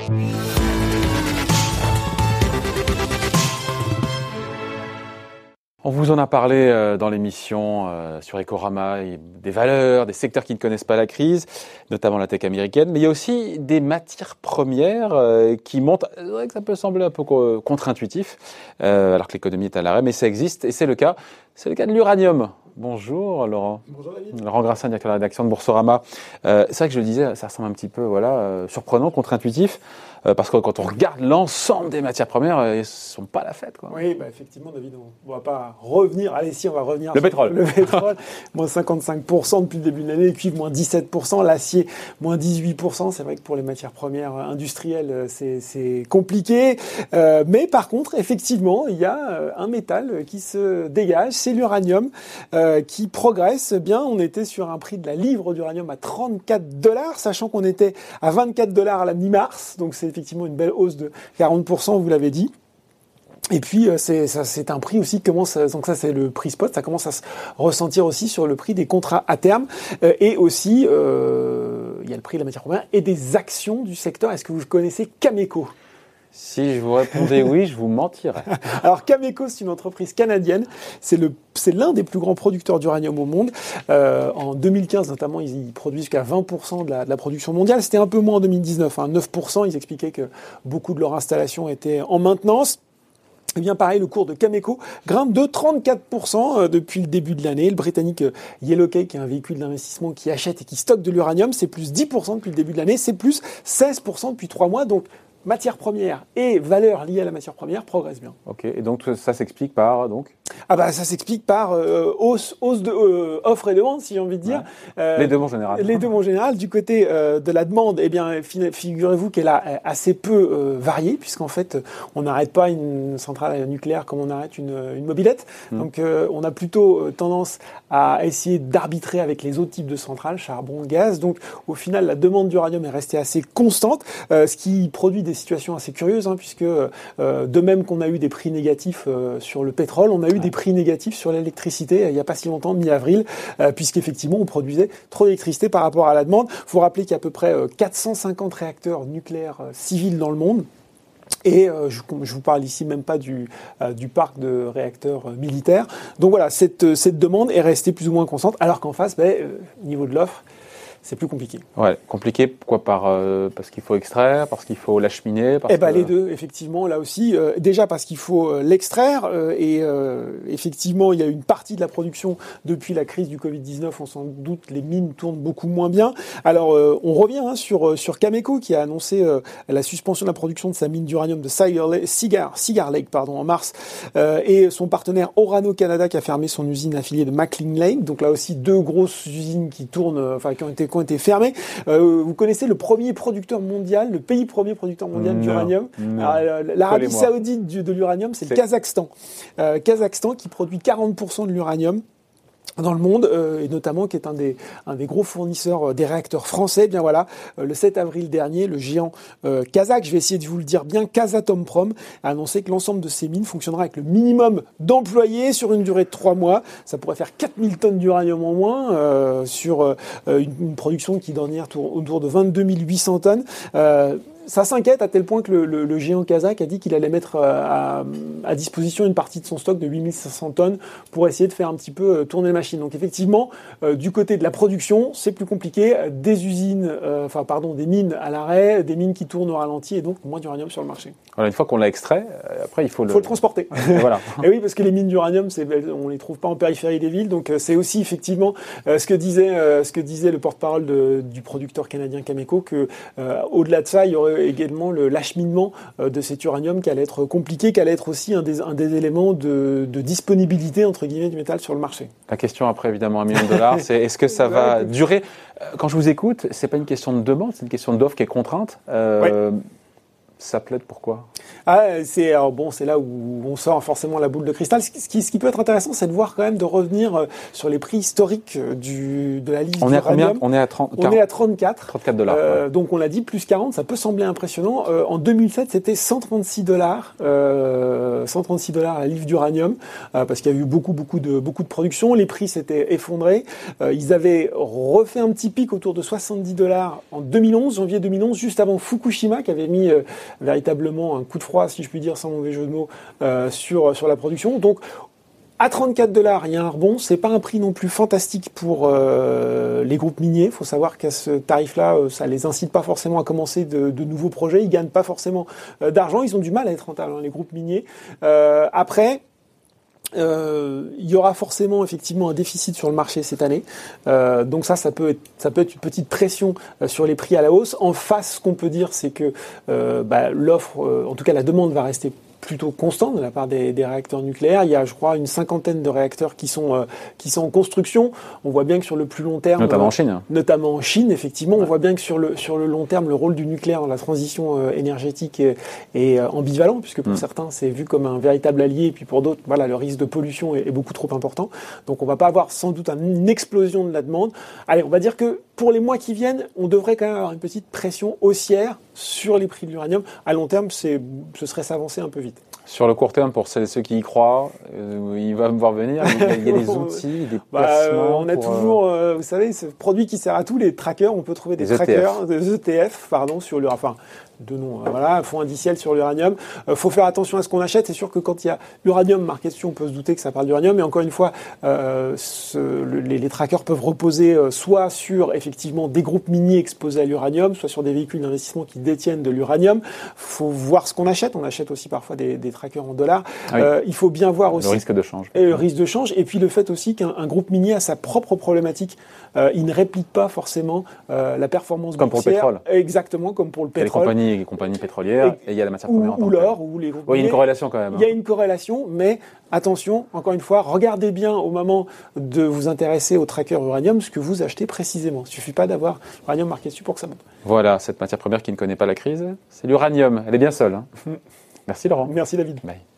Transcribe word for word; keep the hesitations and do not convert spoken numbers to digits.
On vous en a parlé dans l'émission sur Ecorama, des valeurs, des secteurs qui ne connaissent pas la crise, notamment la tech américaine, mais il y a aussi des matières premières qui montent. C'est vrai que ça peut sembler un peu contre-intuitif, alors que l'économie est à l'arrêt, mais ça existe et c'est le cas. C'est le cas de l'uranium. Bonjour Laurent. Bonjour David. Laurent Grassin, directeur de la rédaction de Boursorama. Euh, c'est vrai que je le disais, ça ressemble un petit peu, voilà, euh, surprenant, contre-intuitif, euh, parce que quand on regarde l'ensemble des matières premières, euh, elles ne sont pas à la fête, quoi. Oui, bah effectivement, David, on ne va pas revenir. Allez, si, on va revenir. Le pétrole. Le pétrole, moins cinquante-cinq pour cent depuis le début de l'année, le cuivre, moins dix-sept pour cent, l'acier, moins dix-huit pour cent. C'est vrai que pour les matières premières industrielles, c'est, c'est compliqué. Euh, mais par contre, effectivement, il y a un métal qui se dégage, c'est l'uranium, euh, qui progresse bien. On était sur un prix de la livre d'uranium à trente-quatre dollars, sachant qu'on était à vingt-quatre dollars à la mi-mars. Donc c'est effectivement une belle hausse de quarante pour cent, vous l'avez dit. Et puis c'est, ça, c'est un prix aussi qui commence, à, donc ça c'est le prix spot, ça commence à se ressentir aussi sur le prix des contrats à terme, euh, et aussi euh, il y a le prix de la matière première et des actions du secteur. Est-ce que vous connaissez Cameco ? Si je vous répondais oui, je vous mentirais. Alors Cameco, c'est une entreprise canadienne. C'est le, c'est l'un des plus grands producteurs d'uranium au monde. Euh, en deux mille quinze, notamment, ils, ils produisent jusqu'à vingt pour cent de la, de la production mondiale. C'était un peu moins en deux mille dix-neuf, hein, neuf pour cent. Ils expliquaient que beaucoup de leurs installations étaient en maintenance. Eh bien, pareil, le cours de Cameco grimpe de trente-quatre pour cent depuis le début de l'année. Le britannique Yellowcake, qui est un véhicule d'investissement qui achète et qui stocke de l'uranium, c'est plus dix pour cent depuis le début de l'année. C'est plus seize pour cent depuis trois mois. Donc, matières premières et valeurs liées à la matière première progressent bien. Ok, et donc ça s'explique par donc Ah bah ça s'explique par euh, hausse, hausse de euh, offre et demande, si j'ai envie de dire. Ouais. Euh, les deux en général. Les deux en général. Du côté euh, de la demande, eh bien figurez-vous qu'elle a assez peu euh, varié, puisqu'en fait on n'arrête pas une centrale nucléaire comme on arrête une, une mobilette. Mmh. Donc euh, on a plutôt tendance à essayer d'arbitrer avec les autres types de centrales, charbon, gaz. Donc au final la demande d'uranium est restée assez constante, euh, ce qui produit des situation assez curieuse, hein, puisque euh, de même qu'on a eu des prix négatifs euh, sur le pétrole, on a eu ouais. des prix négatifs sur l'électricité euh, il n'y a pas si longtemps, mi-avril, euh, puisqu'effectivement on produisait trop d'électricité par rapport à la demande. Il faut rappeler qu'il y a à peu près euh, quatre cent cinquante réacteurs nucléaires euh, civils dans le monde. Et euh, je, je vous parle ici même pas du, euh, du parc de réacteurs euh, militaires. Donc voilà, cette, cette demande est restée plus ou moins constante, alors qu'en face, ben, euh, niveau de l'offre, c'est plus compliqué. Ouais, compliqué, pourquoi par, euh, parce qu'il faut extraire, parce qu'il faut l'acheminer parce Eh ben, que... les deux, effectivement, là aussi. Euh, déjà parce qu'il faut euh, l'extraire, euh, et euh, effectivement, il y a une partie de la production depuis la crise du covid dix-neuf, on s'en doute, les mines tournent beaucoup moins bien. Alors, euh, on revient hein, sur, sur Cameco, qui a annoncé euh, la suspension de la production de sa mine d'uranium de Cigar Lake, Cigar, Cigar Lake pardon, en mars, euh, et son partenaire Orano Canada qui a fermé son usine affiliée de McClean Lake. Donc là aussi, deux grosses usines qui tournent, enfin, qui ont été ont été fermés. Euh, vous connaissez le premier producteur mondial, le pays premier producteur mondial non, d'uranium. Alors, l'Arabie Saoudite du, de l'uranium, c'est, c'est... le Kazakhstan. Euh, Kazakhstan qui produit quarante pour cent de l'uranium dans le monde, euh, et notamment qui est un des, un des gros fournisseurs euh, des réacteurs français. Eh bien voilà, euh, le sept avril dernier, le géant euh, kazakh, je vais essayer de vous le dire bien, Kazatomprom, a annoncé que l'ensemble de ces mines fonctionnera avec le minimum d'employés sur une durée de trois mois. Ça pourrait faire quatre mille tonnes d'uranium en moins, euh, sur euh, une, une production qui doit venir autour de vingt-deux mille huit cents tonnes. Euh, Ça s'inquiète à tel point que le, le, le géant kazakh a dit qu'il allait mettre à, à disposition une partie de son stock de huit mille cinq cents tonnes pour essayer de faire un petit peu tourner la machine. Donc effectivement, euh, du côté de la production, c'est plus compliqué. Des usines, euh, enfin pardon, des mines à l'arrêt, des mines qui tournent au ralenti et donc moins d'uranium sur le marché. Voilà, une fois qu'on l'a extrait, euh, après il faut le... Il faut le transporter. Et voilà. Et oui, parce que les mines d'uranium, c'est, on les trouve pas en périphérie des villes, donc c'est aussi effectivement euh, ce que disait, euh, ce que disait le porte-parole de, du producteur canadien Cameco, que euh, au-delà de ça, il y aurait également le, l'acheminement euh, de cet uranium qui allait être compliqué, qui allait être aussi un des, un des éléments de, de disponibilité entre guillemets du métal sur le marché. La question après évidemment un million de dollars, c'est est-ce que ça va durer? Quand je vous écoute, c'est pas une question de demande, c'est une question d'offre qui est contrainte. Euh, ouais. Ça plaide pourquoi? Ah, c'est alors bon, c'est là où on sort forcément la boule de cristal. Ce qui, ce qui peut être intéressant, c'est de voir quand même de revenir sur les prix historiques du de la livre on du est à combien? radium. On est à trente. On est à trente-quatre. trente-quatre dollars. Euh, ouais. Donc on l'a dit, plus quarante, ça peut sembler impressionnant. Euh, en deux mille sept, c'était cent trente-six dollars, euh, cent trente-six dollars la livre d'uranium, euh, parce qu'il y a eu beaucoup, beaucoup de beaucoup de production. Les prix s'étaient effondrés. Euh, ils avaient refait un petit pic autour de soixante-dix dollars en deux mille onze, janvier deux mille onze, juste avant Fukushima, qui avait mis euh, véritablement un coup de froid, si je puis dire, sans mauvais jeu de mots, euh, sur sur la production. Donc à trente-quatre dollars, il y a un rebond. C'est pas un prix non plus fantastique pour euh, les groupes miniers. Il faut savoir qu'à ce tarif-là, euh, ça les incite pas forcément à commencer de, de nouveaux projets. Ils gagnent pas forcément euh, d'argent. Ils ont du mal à être rentables, hein, les groupes miniers. Euh, après. Euh, il y aura forcément effectivement un déficit sur le marché cette année, euh, donc ça, ça peut être, ça peut être une petite pression euh, sur les prix à la hausse. En face, ce qu'on peut dire, c'est que euh, bah, l'offre, euh, en tout cas la demande, va rester plutôt constant de la part des, des réacteurs nucléaires. Il y a, je crois, une cinquantaine de réacteurs qui sont euh, qui sont en construction. On voit bien que sur le plus long terme, notamment euh, en Chine, notamment en Chine, effectivement, ouais. on voit bien que sur le sur le long terme, le rôle du nucléaire dans la transition euh, énergétique est, est euh, ambivalent, puisque pour mmh. certains, c'est vu comme un véritable allié, et puis pour d'autres, voilà, le risque de pollution est, est beaucoup trop important. Donc, on va pas avoir sans doute une explosion de la demande. Allez, on va dire que pour les mois qui viennent, on devrait quand même avoir une petite pression haussière sur les prix de l'uranium. À long terme, c'est, ce serait s'avancer un peu vite. Sur le court terme, pour celles et ceux qui y croient, euh, il va me voir venir. Il y a, il y a des outils, des bah, placements. Euh, on a pour, toujours, euh, vous savez, ce produit qui sert à tous les trackers. On peut trouver des, des trackers, des E T F, pardon, sur l'uranium. Enfin, de nom, euh, voilà, fonds indiciel sur l'uranium. Euh, faut faire attention à ce qu'on achète. C'est sûr que quand il y a l'uranium marqué dessus, on peut se douter que ça parle d'uranium. Mais encore une fois, euh, ce, le, les, les trackers peuvent reposer euh, soit sur effectivement des groupes miniers exposés à l'uranium, soit sur des véhicules d'investissement qui détiennent de l'uranium. Faut voir ce qu'on achète. On achète aussi parfois des, des trackers en dollars. Ah oui. euh, il faut bien voir aussi le risque de change. Et le risque de change. Et puis le fait aussi qu'un un groupe minier a sa propre problématique. Euh, il ne réplique pas forcément euh, la performance comme boursière. Pour le pétrole. Exactement, comme pour le pétrole. Il y a les compagnies, les compagnies pétrolières et, et il y a la matière première. Ou, ou l'or, ou les groupes oui, il y a une corrélation quand même. Hein. Il y a une corrélation, mais attention, encore une fois, regardez bien au moment de vous intéresser au tracker uranium ce que vous achetez précisément. Il ne suffit pas d'avoir l'uranium marqué dessus pour que ça monte. Voilà, cette matière première qui ne connaît pas la crise, c'est l'uranium. Elle est bien seule. Hein. Merci Laurent. Merci David. Bye.